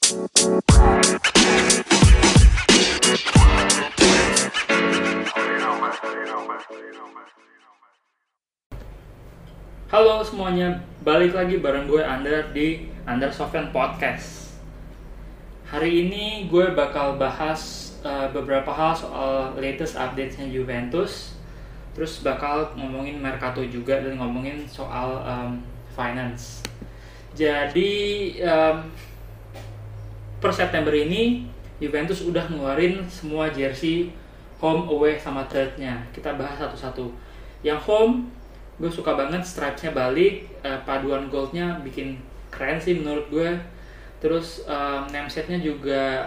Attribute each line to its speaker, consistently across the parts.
Speaker 1: Halo semuanya, balik lagi bareng gue Andar di Andar Sofyan Podcast. Hari ini gue bakal bahas beberapa hal soal latest update-nya Juventus. Terus bakal ngomongin Mercato juga dan ngomongin soal finance. Jadi per September ini Juventus udah ngeluarin semua jersey home, away, sama third-nya. Kita bahas satu-satu. Yang home, gue suka banget stripes-nya balik, paduan gold-nya bikin keren sih menurut gue. Terus nameset-nya juga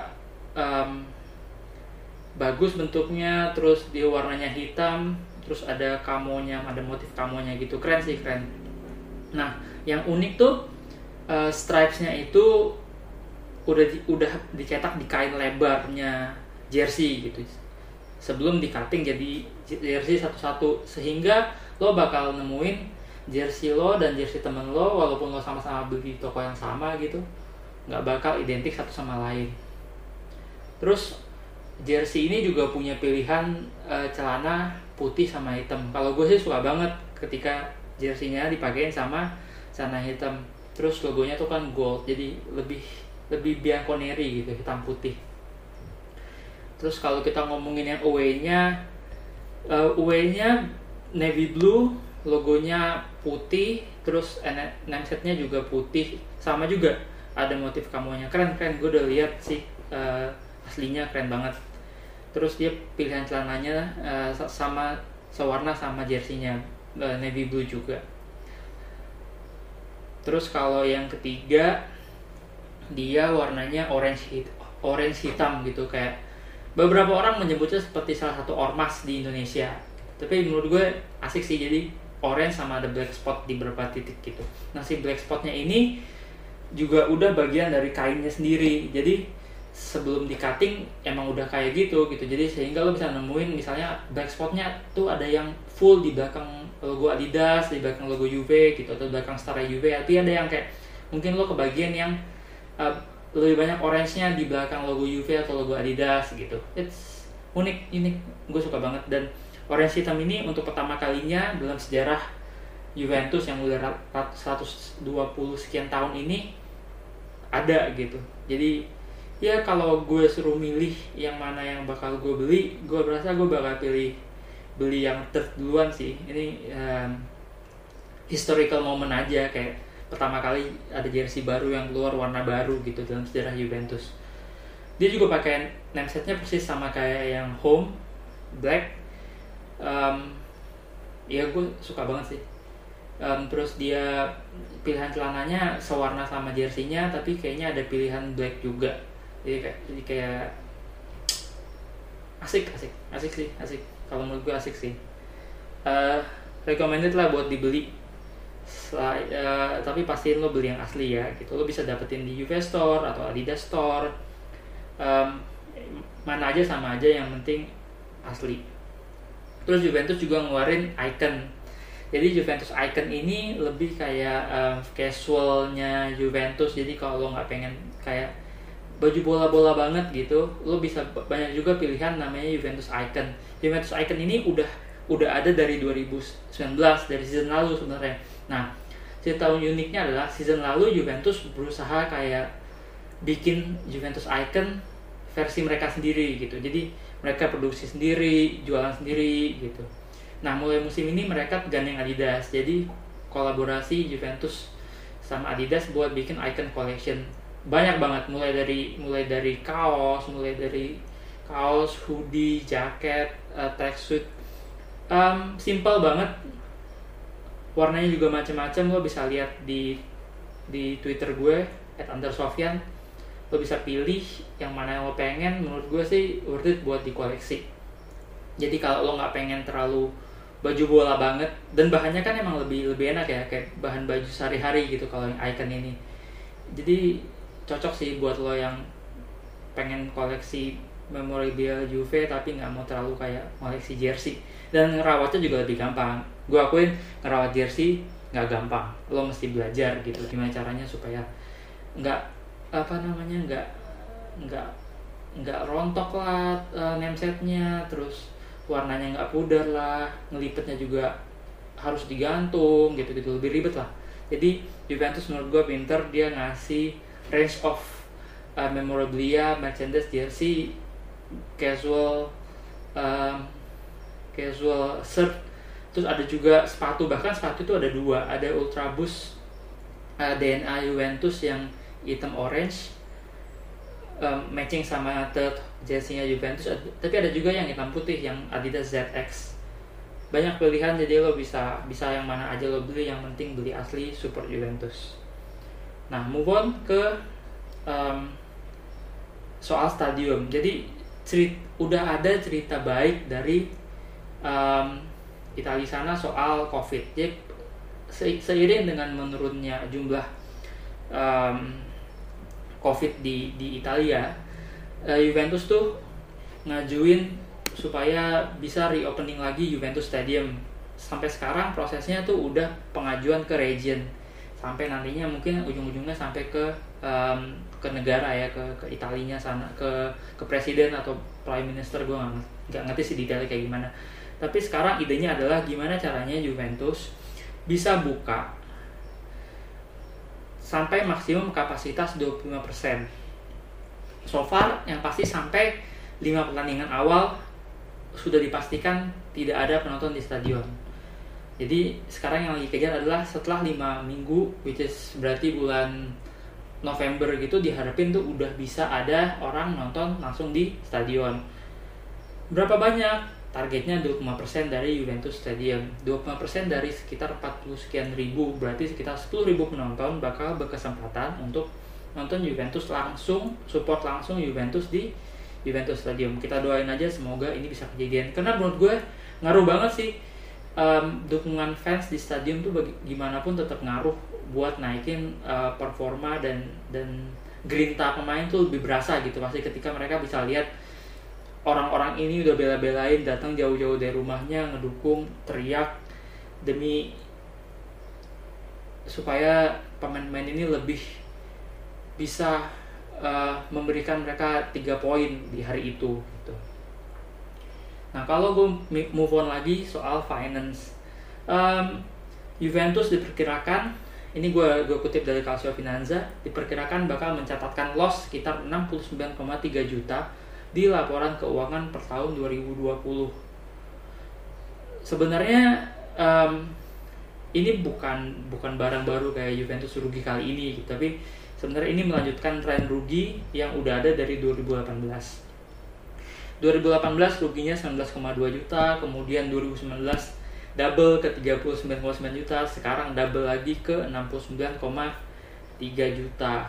Speaker 1: bagus bentuknya, terus dia warnanya hitam, terus ada kamonya, ada motif kamonya gitu, keren sih, keren. Nah, yang unik tuh stripes-nya itu udah dicetak di kain lebarnya jersey gitu, sebelum di cutting jadi jersey satu-satu, sehingga lo bakal nemuin jersey lo dan jersey temen lo walaupun lo sama-sama beli di toko yang sama gitu, nggak bakal identik satu sama lain. Terus jersey ini juga punya pilihan celana putih sama hitam. Kalau gue sih suka banget ketika jersey-nya dipakein sama celana hitam, terus logonya tuh kan gold, jadi lebih bianconeri gitu, hitam putih. Terus kalau kita ngomongin yang away-nya navy blue, logonya putih, terus nameset-nya juga putih, sama juga ada motif kamonya, keren. Gue udah lihat sih aslinya, keren banget. Terus dia pilihan celananya sama sewarna sama jersey-nya, navy blue juga. Terus kalau yang ketiga, dia warnanya orange hitam gitu, kayak beberapa orang menyebutnya seperti salah satu ormas di Indonesia. Tapi menurut gue asik sih, jadi orange sama ada black spot di beberapa titik gitu. Nah, si black spotnya ini juga udah bagian dari kainnya sendiri, jadi sebelum di cutting emang udah kayak gitu. Jadi sehingga lo bisa nemuin misalnya black spotnya tuh ada yang full di belakang logo Adidas, di belakang logo Juve gitu, atau belakang star Juve. Tapi ada yang kayak mungkin lo kebagian yang lebih banyak orange-nya di belakang logo Juve atau logo Adidas gitu. It's unik, gue suka banget. Dan orange hitam ini untuk pertama kalinya dalam sejarah Juventus yang udah 120 sekian tahun ini ada gitu. Jadi ya kalau gue suruh milih yang mana yang bakal gue beli, gue berasa gue bakal beli yang third duluan sih. Ini historical moment aja, kayak pertama kali ada jersey baru yang keluar warna baru gitu dalam sejarah Juventus. Dia juga pakai namesetnya persis sama kayak yang home, black. Ya gue suka banget sih. Terus dia pilihan celananya sewarna sama jersey-nya, tapi kayaknya ada pilihan black juga. Jadi kayak asik sih. Kalau menurut gue asik sih. Recommended lah buat dibeli. Tapi pastiin lo beli yang asli ya gitu. Lo bisa dapetin di Juve Store atau Adidas Store. Mana aja sama aja, yang penting asli. Terus Juventus juga ngeluarin icon. Jadi Juventus icon ini lebih kayak casualnya Juventus. Jadi kalau lo nggak pengen kayak baju bola-bola banget gitu, lo bisa banyak juga pilihan namanya Juventus icon. Juventus icon ini udah ada dari 2019, dari season lalu sebenarnya. Nah, tahun uniknya adalah season lalu Juventus berusaha kayak bikin Juventus icon versi mereka sendiri gitu. Jadi mereka produksi sendiri, jualan sendiri gitu. Nah, mulai musim ini mereka gandeng Adidas. Jadi kolaborasi Juventus sama Adidas buat bikin icon collection. Banyak banget, mulai dari kaos, hoodie, jaket, tracksuit. Simple banget. Warnanya juga macam-macam. Lo bisa lihat di Twitter gue @andersofyan. Lo bisa pilih yang mana yang lo pengen. Menurut gue sih worth it buat dikoleksi. Jadi kalau lo nggak pengen terlalu baju bola banget, dan bahannya kan emang lebih enak ya, kayak bahan baju sehari-hari gitu kalau yang icon ini. Jadi cocok sih buat lo yang pengen koleksi memorabilia Juve tapi nggak mau terlalu kayak koleksi jersey. Dan ngerawatnya juga lebih gampang. Gue akuin ngerawat jersey nggak gampang. Lo mesti belajar gitu gimana caranya supaya nggak apa namanya, nggak nggak rontok lah namesetnya, terus warnanya nggak pudar lah, ngelipetnya juga harus digantung gitu-gitu, lebih ribet lah. Jadi Juventus menurut gue pinter, dia ngasih range of memorabilia, merchandise, jersey, casual shirt, terus ada juga sepatu. Bahkan sepatu itu ada dua, ada Ultraboost DNA Juventus yang hitam orange, matching sama third jersey-nya Juventus, tapi ada juga yang hitam putih yang Adidas ZX. Banyak pilihan, jadi lo bisa yang mana aja lo beli, yang penting beli asli, support Juventus. Nah, move on ke soal stadium. Jadi udah ada cerita baik dari Italia sana soal COVID. Jadi seiring dengan menurunnya jumlah COVID di Italia, Juventus tuh ngajuin supaya bisa reopening lagi Juventus Stadium. Sampai sekarang prosesnya tuh udah pengajuan ke region, sampai nantinya mungkin ujung-ujungnya sampai ke negara ya, ke Italinya sana, ke presiden atau prime minister. Gue nggak ngerti sih detailnya kayak gimana. Tapi sekarang idenya adalah gimana caranya Juventus bisa buka sampai maksimum kapasitas 25%. So far yang pasti sampai 5 pertandingan awal sudah dipastikan tidak ada penonton di stadion. Jadi sekarang yang lagi kejar adalah setelah 5 minggu, which is berarti bulan November gitu, diharapin tuh udah bisa ada orang nonton langsung di stadion. Berapa banyak? Targetnya 25% dari Juventus Stadium. 25% dari sekitar 40 sekian ribu, berarti sekitar 10.000 penonton bakal berkesempatan untuk nonton Juventus langsung, support langsung Juventus di Juventus Stadium. Kita doain aja semoga ini bisa kejadian, karena menurut gue ngaruh banget sih. Dukungan fans di stadium tuh gimana pun tetap ngaruh buat naikin performa dan grinta pemain tuh lebih berasa gitu pasti ketika mereka bisa lihat orang-orang ini udah bela-belain datang jauh-jauh dari rumahnya ngedukung, teriak demi supaya pemain-pemain ini lebih bisa memberikan mereka 3 poin di hari itu gitu. Nah, kalau gue move on lagi soal finance, Juventus diperkirakan, ini gue kutip dari Calcio Finanza, diperkirakan bakal mencatatkan loss sekitar 69,3 juta di laporan keuangan per tahun 2020. Sebenarnya ini bukan barang baru kayak Juventus rugi kali ini gitu, tapi sebenarnya ini melanjutkan tren rugi yang udah ada dari 2018. 2018 ruginya 19,2 juta, kemudian 2019 double ke 39,9 juta, sekarang double lagi ke 69,3 juta.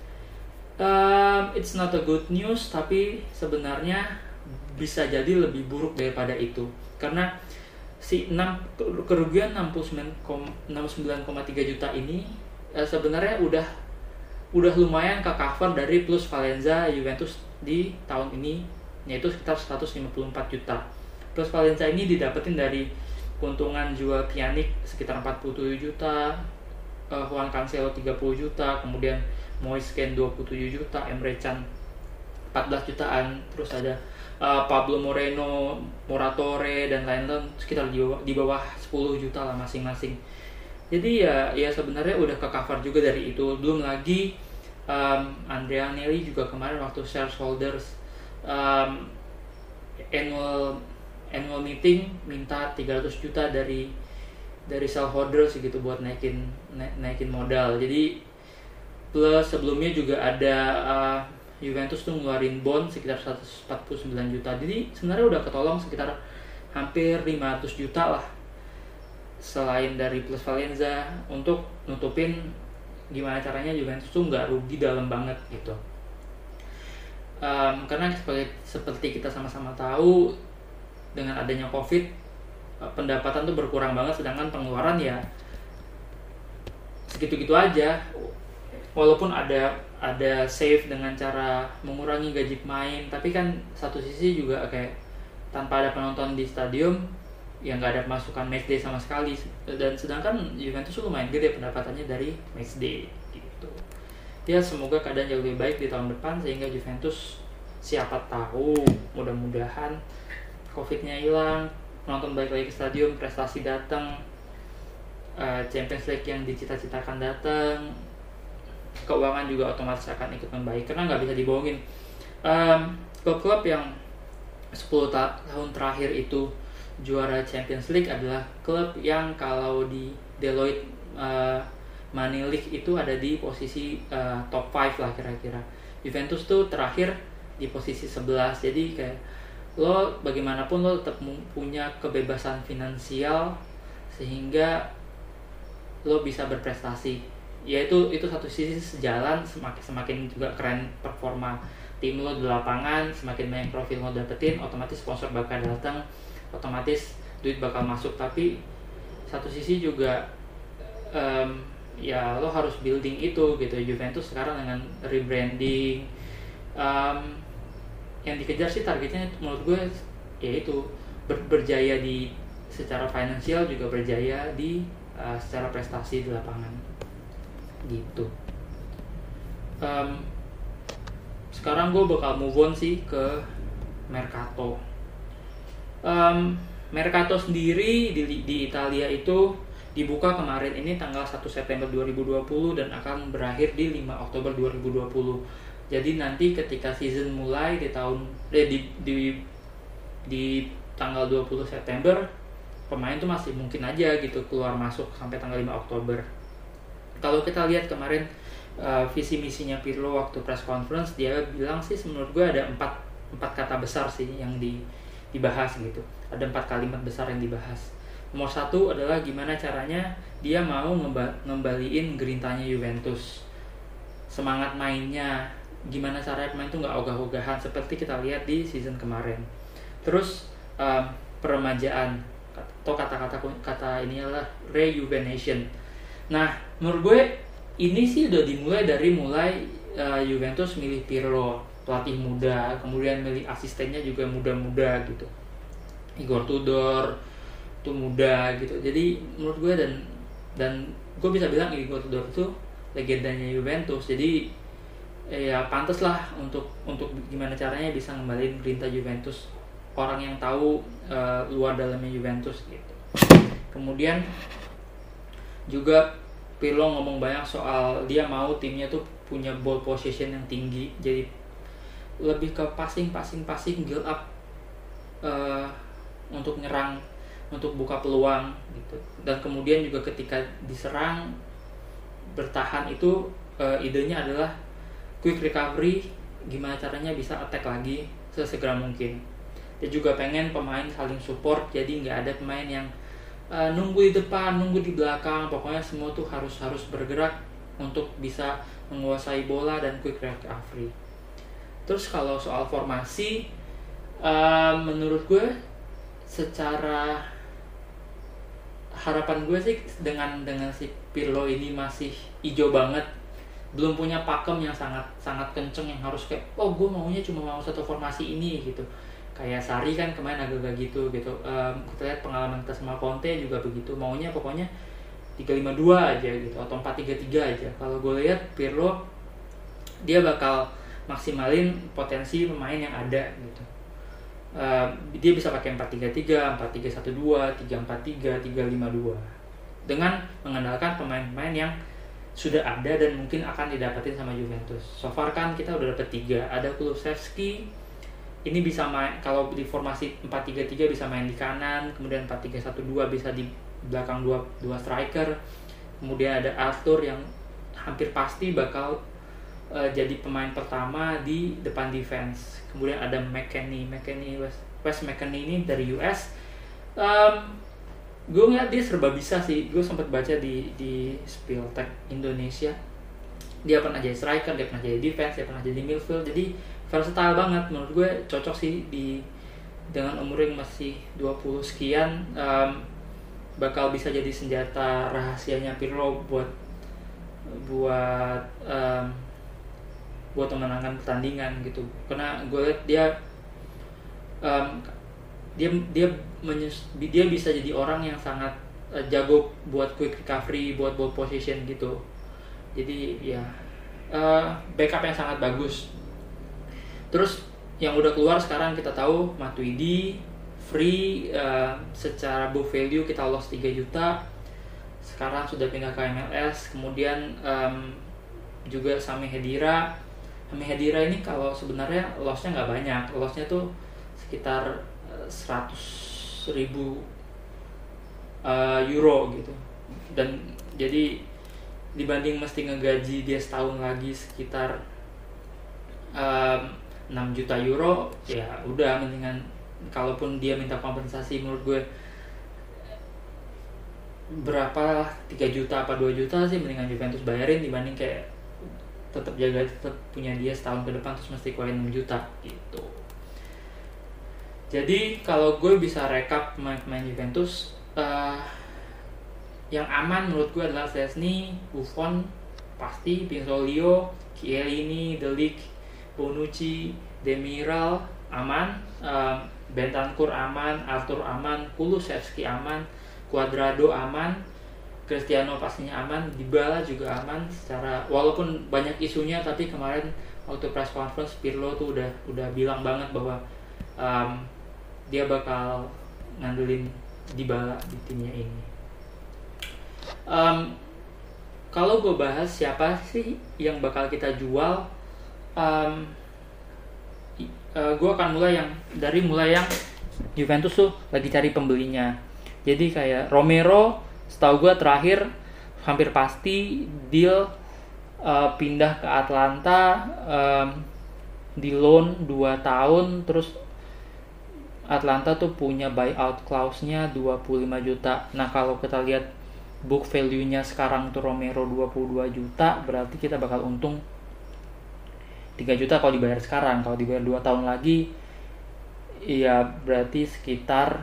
Speaker 1: It's not a good news, tapi sebenarnya bisa jadi lebih buruk daripada itu. Karena si kerugian 69,3 juta ini sebenarnya udah lumayan ke cover dari plus Valenza Juventus di tahun ini, yaitu sekitar 154 juta. Plus Valenza ini didapetin dari keuntungan jual Pjanic sekitar 47 juta, Juan Cancelo 30 juta, kemudian Moisken 27 juta, Emre Can 14 jutaan, terus ada Pablo Moreno, Moratore dan lain-lain sekitar di bawah 10 juta lah masing-masing. Jadi ya sebenarnya udah ke cover juga dari itu. Belum lagi Andrea Agnelli juga kemarin waktu shareholders annual meeting minta 300 juta dari shareholders gitu buat naikin modal. Jadi plus sebelumnya juga ada Juventus tuh ngeluarin bond sekitar 149 juta. Jadi sebenarnya udah ketolong sekitar hampir 500 juta lah selain dari plus Valenza untuk nutupin gimana caranya Juventus tuh nggak rugi dalam banget gitu. Karena seperti kita sama-sama tahu, dengan adanya COVID pendapatan tuh berkurang banget, sedangkan pengeluaran ya segitu-gitu aja. Walaupun ada save dengan cara mengurangi gaji pemain, tapi kan satu sisi juga kayak tanpa ada penonton di stadium ya nggak ada pemasukan matchday sama sekali. Dan sedangkan Juventus tuh lumayan gede pendapatannya dari matchday gitu. ya semoga keadaan jauh lebih baik di tahun depan sehingga Juventus siapa tahu mudah-mudahan COVID-nya hilang, nonton balik lagi ke stadion, prestasi datang, Champions League yang dicita-citakan datang, keuangan juga otomatis akan ikut membaik karena nggak bisa dibohongin. Klub-klub yang 10 tahun terakhir itu juara Champions League adalah klub yang kalau di Deloitte Money League itu ada di posisi top 5 lah kira-kira. Juventus tuh terakhir di posisi 11. Jadi kayak lo bagaimanapun lo tetap punya kebebasan finansial sehingga lo bisa berprestasi. Ya itu satu sisi sejalan, semakin juga keren performa tim lo di lapangan, semakin banyak profil lo dapetin, otomatis sponsor bakal datang, otomatis duit bakal masuk. Tapi satu sisi juga ya lo harus building itu gitu. Juventus sekarang dengan rebranding, yang dikejar sih targetnya menurut gue yaitu berjaya di secara finansial, juga berjaya di secara prestasi di lapangan gitu. Sekarang gue bakal move on sih ke Mercato. Mercato sendiri di Italia itu dibuka kemarin ini tanggal 1 September 2020 dan akan berakhir di 5 Oktober 2020. Jadi nanti ketika season mulai di tanggal 20 September, pemain tuh masih mungkin aja gitu keluar masuk sampai tanggal 5 Oktober. Kalau kita lihat kemarin visi misinya Pirlo waktu press conference, dia bilang sih menurut gue ada empat kata besar sih yang dibahas gitu. Ada 4 kalimat besar yang dibahas. Nomor 1 adalah gimana caranya dia mau ngembaliin grintanya Juventus, semangat mainnya, gimana caranya pemain tuh nggak ogah-ogahan seperti kita lihat di season kemarin. Terus peremajaan atau kata ini adalah rejuvenation. Nah menurut gue ini sih udah dimulai dari Juventus milih Pirlo, pelatih muda, kemudian milih asistennya juga muda-muda gitu. Igor Tudor itu muda gitu. Jadi menurut gue dan gue bisa bilang Igor Tudor itu legendanya Juventus. Jadi ya pantas lah untuk gimana caranya bisa ngembaliin grinta Juventus, orang yang tahu luar dalamnya Juventus gitu. Kemudian juga Pirlo ngomong banyak soal dia mau timnya tuh punya ball possession yang tinggi, jadi lebih ke passing build up untuk nyerang, untuk buka peluang gitu. Dan kemudian juga ketika diserang bertahan itu idenya adalah quick recovery, gimana caranya bisa attack lagi sesegera mungkin. Dia juga pengen pemain saling support, jadi nggak ada pemain yang nunggu di depan, nunggu di belakang, pokoknya semua tuh harus bergerak untuk bisa menguasai bola dan quick recovery. Terus kalau soal formasi, menurut gue secara harapan gue sih dengan si Pirlo ini masih hijau banget, belum punya pakem yang sangat kenceng yang harus kayak gue maunya cuma mau satu formasi ini gitu. Kayak Sarri kan kemarin agak gitu. Kita lihat pengalaman kita sama Conte juga begitu, maunya pokoknya 3-5-2 aja gitu atau 4-3-3 aja. Kalau gue lihat Pirlo dia bakal maksimalin potensi pemain yang ada gitu. Dia bisa pakai 4-3-3, 4-3-1-2, 3-4-3, 3-5-2 dengan mengandalkan pemain-pemain yang sudah ada dan mungkin akan didapetin sama Juventus. So far kan kita udah dapet 3, ada Kulusevski. Ini bisa main kalau di formasi 4-3-3 bisa main di kanan, kemudian 4-3-1-2 bisa di belakang dua striker. Kemudian ada Arthur yang hampir pasti bakal jadi pemain pertama di depan defense. Kemudian ada Wes McKennie ini dari US. Gue ngeliat dia serba bisa sih. Gue sempat baca di Spieltech Indonesia. Dia pernah jadi striker, dia pernah jadi defense, dia pernah jadi midfield. Jadi versatile banget, menurut gue cocok sih dengan umur yang masih 20 sekian, bakal bisa jadi senjata rahasianya Pirlo buat memenangkan pertandingan gitu. Karena gue lihat dia bisa jadi orang yang sangat jago buat quick recovery, buat ball possession gitu. Jadi ya backup yang sangat bagus. Terus yang udah keluar sekarang kita tahu Matuidi free, secara book value kita loss 3 juta. Sekarang sudah pindah ke MLS. Kemudian juga Sami Khedira. Sami Khedira ini kalau sebenarnya lossnya nggak banyak, lossnya tuh sekitar 100.000 euro gitu. Dan jadi dibanding mesti ngegaji dia setahun lagi sekitar 6 juta euro, ya udah mendingan, kalaupun dia minta kompensasi menurut gue berapa 3 juta apa 2 juta sih, mendingan Juventus bayarin dibanding kayak tetap punya dia setahun ke depan terus mesti keluarin 6 juta gitu. Jadi kalau gue bisa rekap pemain Juventus, yang aman menurut gue adalah Szczęsny, Buffon pasti, Pinsoglio, Chiellini, De Ligt, Bonucci, Demiral aman, Bentancur aman, Arthur aman, Kulusevski aman, Cuadrado aman, Cristiano pastinya aman, Dybala juga aman secara, walaupun banyak isunya, tapi kemarin waktu press conference Pirlo tuh udah bilang banget bahwa dia bakal ngandelin Dybala di timnya ini. Kalau gue bahas siapa sih yang bakal kita jual, gue akan mulai yang Juventus tuh lagi cari pembelinya. Jadi kayak Romero, setahu gue terakhir hampir pasti deal pindah ke Atlanta, di loan 2 tahun, terus Atlanta tuh punya buyout clause-nya 25 juta. Nah kalau kita lihat book value-nya sekarang tuh Romero 22 juta, berarti kita bakal untung 3 juta kalau dibayar sekarang. Kalau dibayar 2 tahun lagi, ya berarti sekitar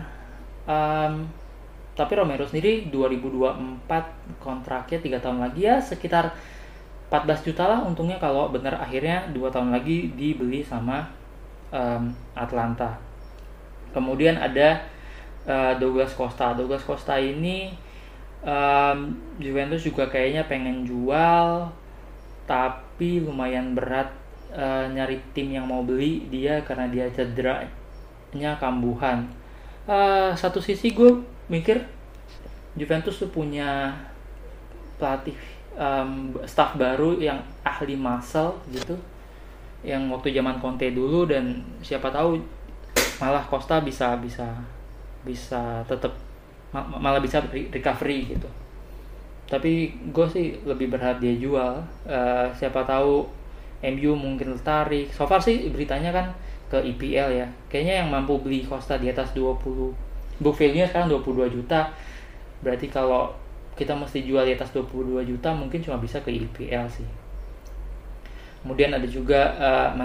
Speaker 1: tapi Romero sendiri 2024 kontraknya 3 tahun lagi, ya sekitar 14 juta lah untungnya kalau benar akhirnya 2 tahun lagi dibeli sama Atlanta. Kemudian ada Douglas Costa. Douglas Costa ini Juventus juga kayaknya pengen jual, tapi lumayan berat nyari tim yang mau beli dia karena dia cederanya kambuhan. Satu sisi gue mikir Juventus tuh punya pelatih staff baru yang ahli muscle gitu, yang waktu zaman Conte dulu, dan siapa tahu malah Costa bisa tetap malah bisa recovery gitu. Tapi gue sih lebih berharap dia jual. Siapa tahu MU mungkin tertarik. So far sih beritanya kan ke IPL ya. Kayaknya yang mampu beli Costa di atas 20, book value-nya sekarang 22 juta. Berarti kalau kita mesti jual di atas 22 juta mungkin cuma bisa ke IPL sih. Kemudian ada juga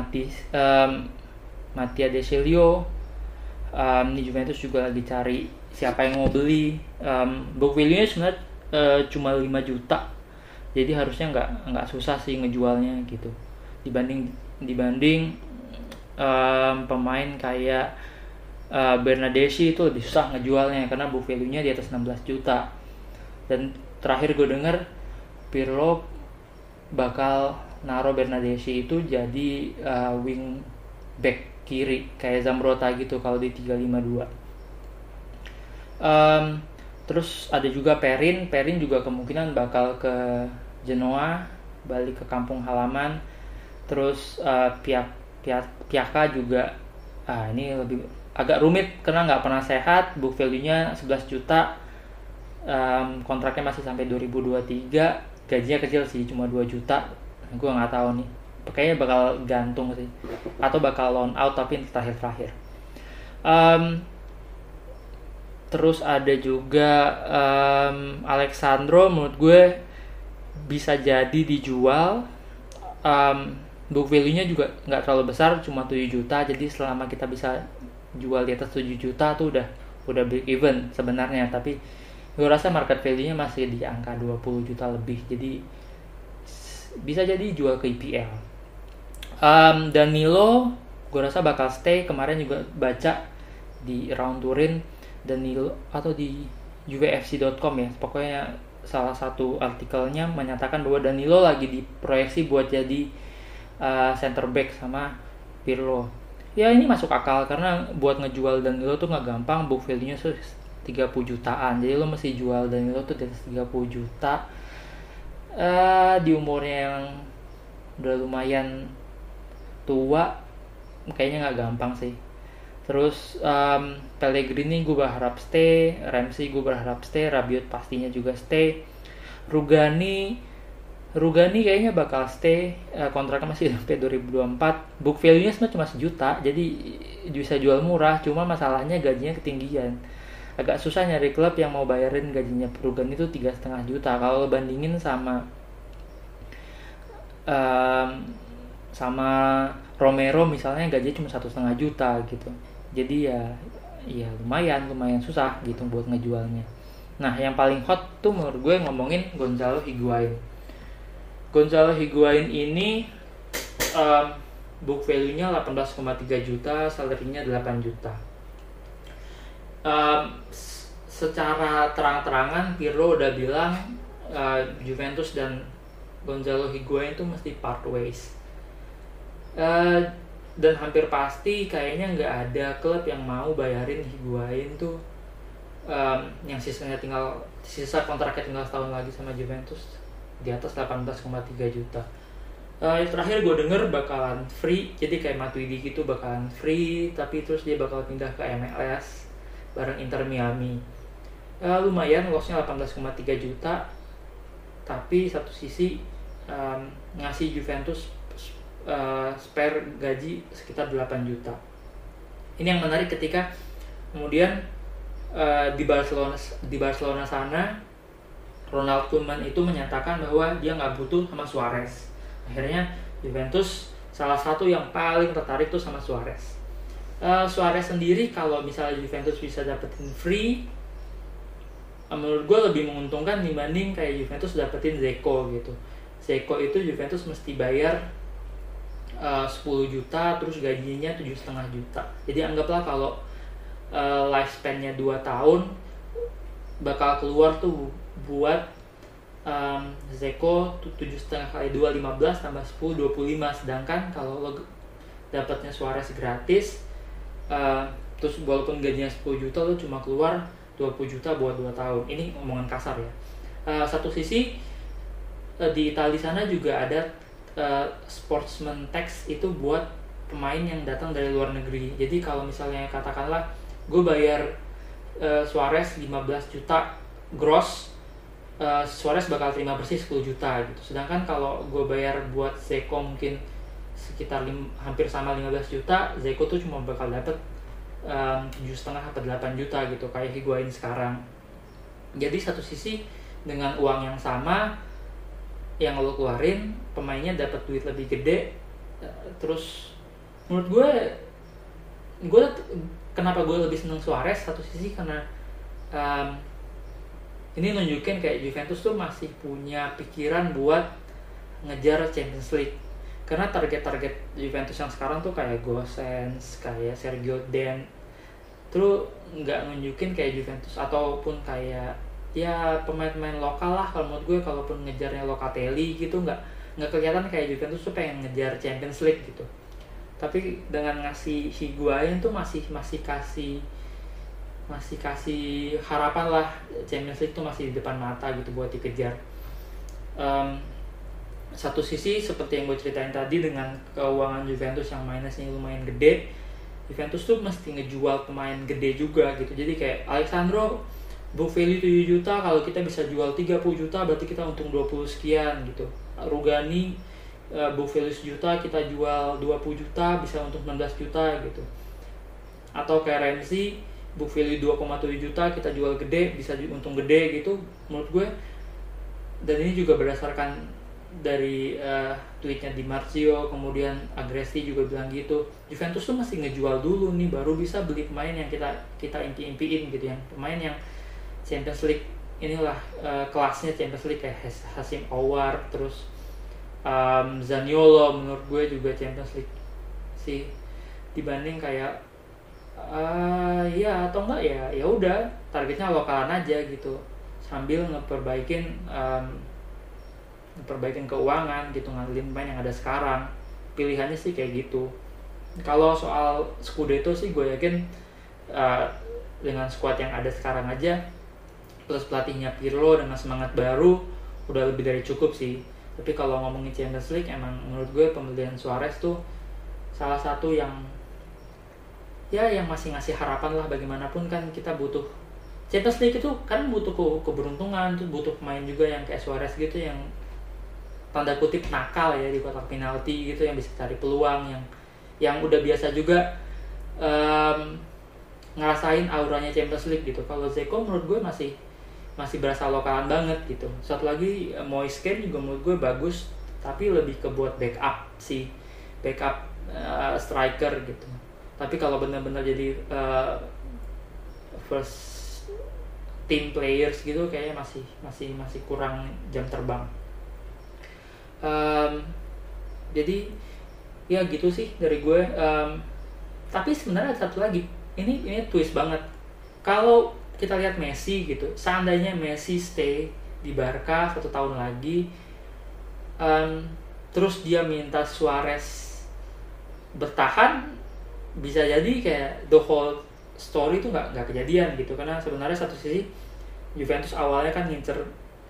Speaker 1: Mattia De Sciglio. Ini Juventus juga lagi cari siapa yang mau beli. Book value-nya sebenarnya cuma 5 juta. Jadi harusnya nggak susah sih ngejualnya gitu. Dibanding pemain kayak Bernardeschi itu lebih susah ngejualnya karena book value-nya di atas 16 juta. Dan terakhir gue denger Pirlo bakal naruh Bernardeschi itu jadi wing back kiri kayak Zambrotta gitu kalau di 352. Terus ada juga Perin juga kemungkinan bakal ke Genoa, balik ke kampung halaman. Terus Piaka juga ini lebih agak rumit karena nggak pernah sehat, book value-nya 11 juta, kontraknya masih sampai 2023, gajinya kecil sih cuma 2 juta. Gue nggak tahu nih, kayaknya bakal gantung sih atau bakal loan out tapi terakhir. Terus ada juga Alexandro, menurut gue bisa jadi dijual. Book value-nya juga nggak terlalu besar, cuma 7 juta. Jadi selama kita bisa jual di atas 7 juta tuh udah break even sebenarnya. Tapi gue rasa market value-nya masih di angka 20 juta lebih. Jadi bisa jadi jual ke IPL. Danilo gue rasa bakal stay. Kemarin juga baca di Round Turin Danilo atau di juvefc.com ya, pokoknya salah satu artikelnya menyatakan bahwa Danilo lagi diproyeksi buat jadi center back sama Pirlo. Ya ini masuk akal karena buat ngejual Danilo tuh nggak gampang, book value-nya tuh 30 jutaan. Jadi lo mesti jual Danilo tuh di atas 30 juta. Di umurnya yang udah lumayan tua, kayaknya nggak gampang sih. Terus Pellegrini gue berharap stay, Ramsey gue berharap stay, Rabiot pastinya juga stay. Rugani kayaknya bakal stay, kontraknya masih sampai 2024. Book value-nya sebenarnya cuma 1 juta, jadi bisa jual murah. Cuma masalahnya gajinya ketinggian. Agak susah nyari klub yang mau bayarin gajinya Rugani itu 3,5 juta. Kalau bandingin sama Romero misalnya gajinya cuma 1,5 juta gitu. Jadi ya lumayan susah gitu buat ngejualnya. Nah yang paling hot tuh menurut gue ngomongin Gonzalo Higuain. Gonzalo Higuain ini book value-nya 18,3 juta, salary-nya 8 juta. Secara terang-terangan Pirlo udah bilang Juventus dan Gonzalo Higuain tuh mesti part ways. Dan hampir pasti kayaknya nggak ada klub yang mau bayarin Higuain tuh yang sisa kontraknya tinggal setahun lagi sama Juventus di atas 18,3 juta. Terakhir gue denger bakalan free, jadi kayak Matuidi gitu bakalan free, tapi terus dia bakal pindah ke MLS bareng Inter Miami. Lumayan loss-nya 18,3 juta, tapi satu sisi ngasih Juventus spare gaji sekitar 8 juta. Ini yang menarik ketika kemudian di Barcelona sana Ronald Koeman itu menyatakan bahwa dia nggak butuh sama Suarez. Akhirnya Juventus salah satu yang paling tertarik tuh sama Suarez. Suarez sendiri kalau misalnya Juventus bisa dapetin free, menurut gue lebih menguntungkan dibanding kayak Juventus dapetin Zeko gitu. Zeko itu Juventus mesti bayar 10 juta, terus gajinya 7,5 juta. Jadi anggaplah kalau lifespan-nya 2 tahun bakal keluar tuh buat Zeko 7,5 kali 2 15 tambah 10 25. Sedangkan kalau lo dapatnya Suarez gratis, terus walaupun gajinya 10 juta lo cuma keluar 20 juta buat 2 tahun. Ini omongan kasar ya. Satu sisi di Italia sana juga ada sportsman tax itu buat pemain yang datang dari luar negeri. Jadi kalau misalnya katakanlah gue bayar Suarez 15 juta gross, Suarez bakal terima bersih 10 juta gitu. Sedangkan kalau gue bayar buat Zeko mungkin sekitar hampir sama 15 juta, Zeko tuh cuma bakal dapet 7,5 atau 8 juta gitu kayak Higuain sekarang. Jadi satu sisi dengan uang yang sama yang lo keluarin, pemainnya dapat duit lebih gede. Terus menurut gue kenapa gue lebih seneng Suarez satu sisi karena ini nunjukin kayak Juventus tuh masih punya pikiran buat ngejar Champions League. Karena target-target Juventus yang sekarang tuh kayak Gosens, kayak Sergio Dent, terus nggak nunjukin kayak Juventus ataupun kayak ya pemain-pemain lokal lah. Kalau menurut gue kalaupun ngejarnya Locatelli gitu nggak kelihatan kayak Juventus tuh pengen ngejar Champions League gitu. Tapi dengan ngasih Higuain tuh masih kasih harapan lah, Champions League tuh masih di depan mata gitu buat dikejar. Satu sisi seperti yang gue ceritain tadi, dengan keuangan Juventus yang minusnya lumayan gede, Juventus tuh mesti ngejual pemain gede juga gitu. Jadi kayak Alexandro book value 7 juta, kalau kita bisa jual 30 juta berarti kita untung 20 sekian gitu. Rugani book value 1 juta, kita jual 20 juta bisa untung 16 juta gitu. Atau kayak Ramsey book value 2,7 juta, kita jual gede bisa untung gede gitu menurut gue. Dan ini juga berdasarkan dari tweetnya Di Marzio, kemudian Agresti juga bilang gitu. Juventus tuh masih ngejual dulu nih baru bisa beli pemain yang kita impi-impiin gitu, yang pemain yang Champions League inilah kelasnya Champions League kayak Hasim Aouar, terus Zaniolo menurut gue juga Champions League sih, dibanding kayak ya atau enggak ya udah targetnya lokalan aja gitu. sambil ngeperbaikin keuangan gitu, ngandelin pemain yang ada sekarang. Pilihannya sih kayak gitu. Kalau soal Scudetto sih gue yakin dengan skuad yang ada sekarang aja plus pelatihnya Pirlo dengan semangat baru udah lebih dari cukup sih. Tapi kalau ngomongin Champions League, emang menurut gue pembelian Suarez tuh salah satu yang masih ngasih harapan lah. Bagaimanapun kan kita butuh Champions League itu kan butuh keberuntungan, tuh butuh pemain juga yang kayak Suarez gitu yang tanda kutip nakal ya di kotak penalti gitu, yang bisa cari peluang, yang udah biasa juga ngerasain auranya Champions League gitu. Kalau Dzeko menurut gue masih berasa lokalan banget gitu. Satu lagi Moise Kean juga menurut gue bagus, tapi lebih ke buat backup sih, backup striker gitu. Tapi kalau benar-benar jadi first team players gitu kayaknya masih kurang jam terbang. Jadi ya gitu sih dari gue. Tapi sebenarnya ada satu lagi, ini twist banget. Kalau kita lihat Messi gitu, seandainya Messi stay di Barca 1 tahun lagi, terus dia minta Suarez bertahan, bisa jadi kayak the whole story itu nggak kejadian gitu. Karena sebenarnya satu sisi Juventus awalnya kan ngincer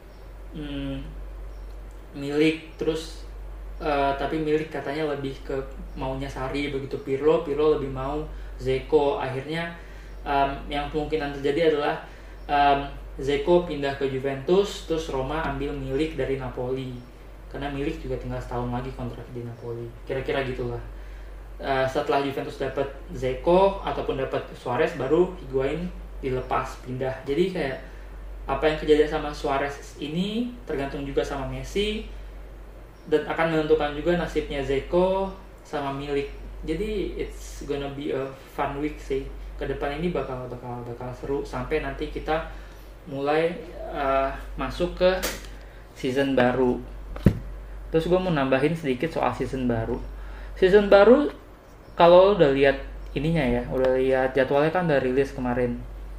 Speaker 1: Milik, terus tapi Milik katanya lebih ke maunya Sarri, begitu Pirlo lebih mau Dzeko. Akhirnya yang kemungkinan terjadi adalah Dzeko pindah ke Juventus, terus Roma ambil Milik dari Napoli, karena Milik juga tinggal setahun lagi kontrak di Napoli, kira-kira gitulah. Setelah Juventus dapat Dzeko ataupun dapat Suarez, baru Higuain dilepas pindah. Jadi kayak apa yang kejadian sama Suarez ini tergantung juga sama Messi, dan akan menentukan juga nasibnya Dzeko sama Milik. Jadi it's gonna be a fun week sih. Kedepan ini bakal seru sampai nanti kita mulai masuk ke season baru. Terus gue mau nambahin sedikit soal season baru. Season baru kalau udah lihat ininya ya, udah lihat jadwalnya kan udah rilis kemarin.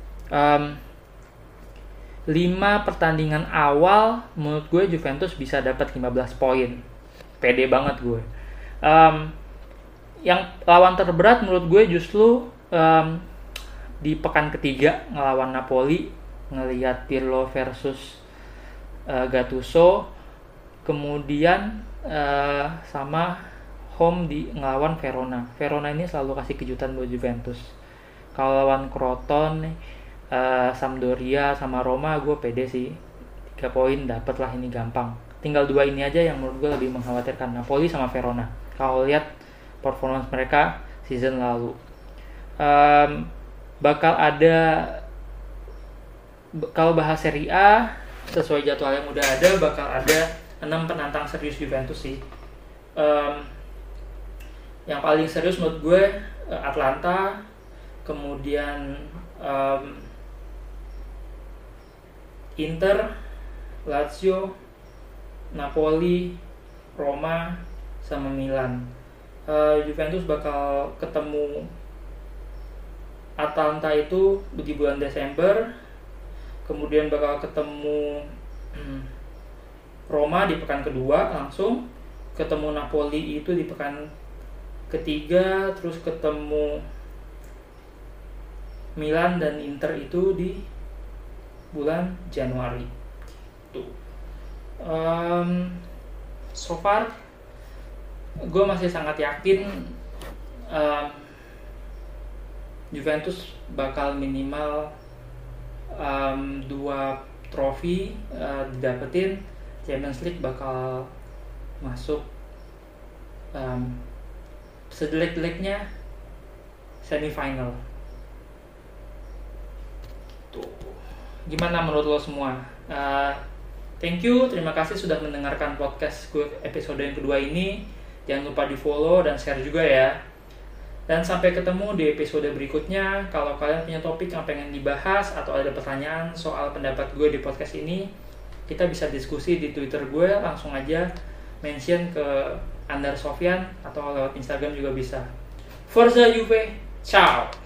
Speaker 1: 5 pertandingan awal menurut gue Juventus bisa dapat 15 poin. Pede banget gue. Yang lawan terberat menurut gue justru di pekan ketiga ngelawan Napoli, ngelihat Pirlo versus Gattuso, kemudian sama home di ngelawan Verona. Verona ini selalu kasih kejutan buat Juventus. Kalau lawan Crotone, Sampdoria sama Roma, gue pede sih 3 poin dapet lah, ini gampang. Tinggal 2 ini aja yang menurut gue lebih mengkhawatirkan, Napoli sama Verona. Kalau lihat performance mereka season lalu. Bakal ada, kalau bahas Serie A sesuai jadwal yang udah ada, bakal ada 6 penantang serius Juventus sih. Yang paling serius menurut gue Atlanta, kemudian Inter, Lazio, Napoli, Roma, sama Milan. Juventus bakal ketemu Atalanta itu di bulan Desember, kemudian bakal ketemu Roma di pekan kedua langsung, ketemu Napoli itu di pekan ketiga, terus ketemu Milan dan Inter itu di bulan Januari. Tuh. So far gue masih sangat yakin Juventus bakal minimal 2 trofi didapetin. Champions League bakal masuk sejelek-jeleknya semifinal. Tuh. Gimana menurut lo semua? Thank you, terima kasih sudah mendengarkan podcast gue episode yang kedua ini. Jangan lupa di follow dan share juga ya. Dan sampai ketemu di episode berikutnya. Kalau kalian punya topik yang pengen dibahas atau ada pertanyaan soal pendapat gue di podcast ini, kita bisa diskusi di Twitter gue. Langsung aja mention ke Andar Sofyan atau lewat Instagram juga bisa. Forza Juve, ciao!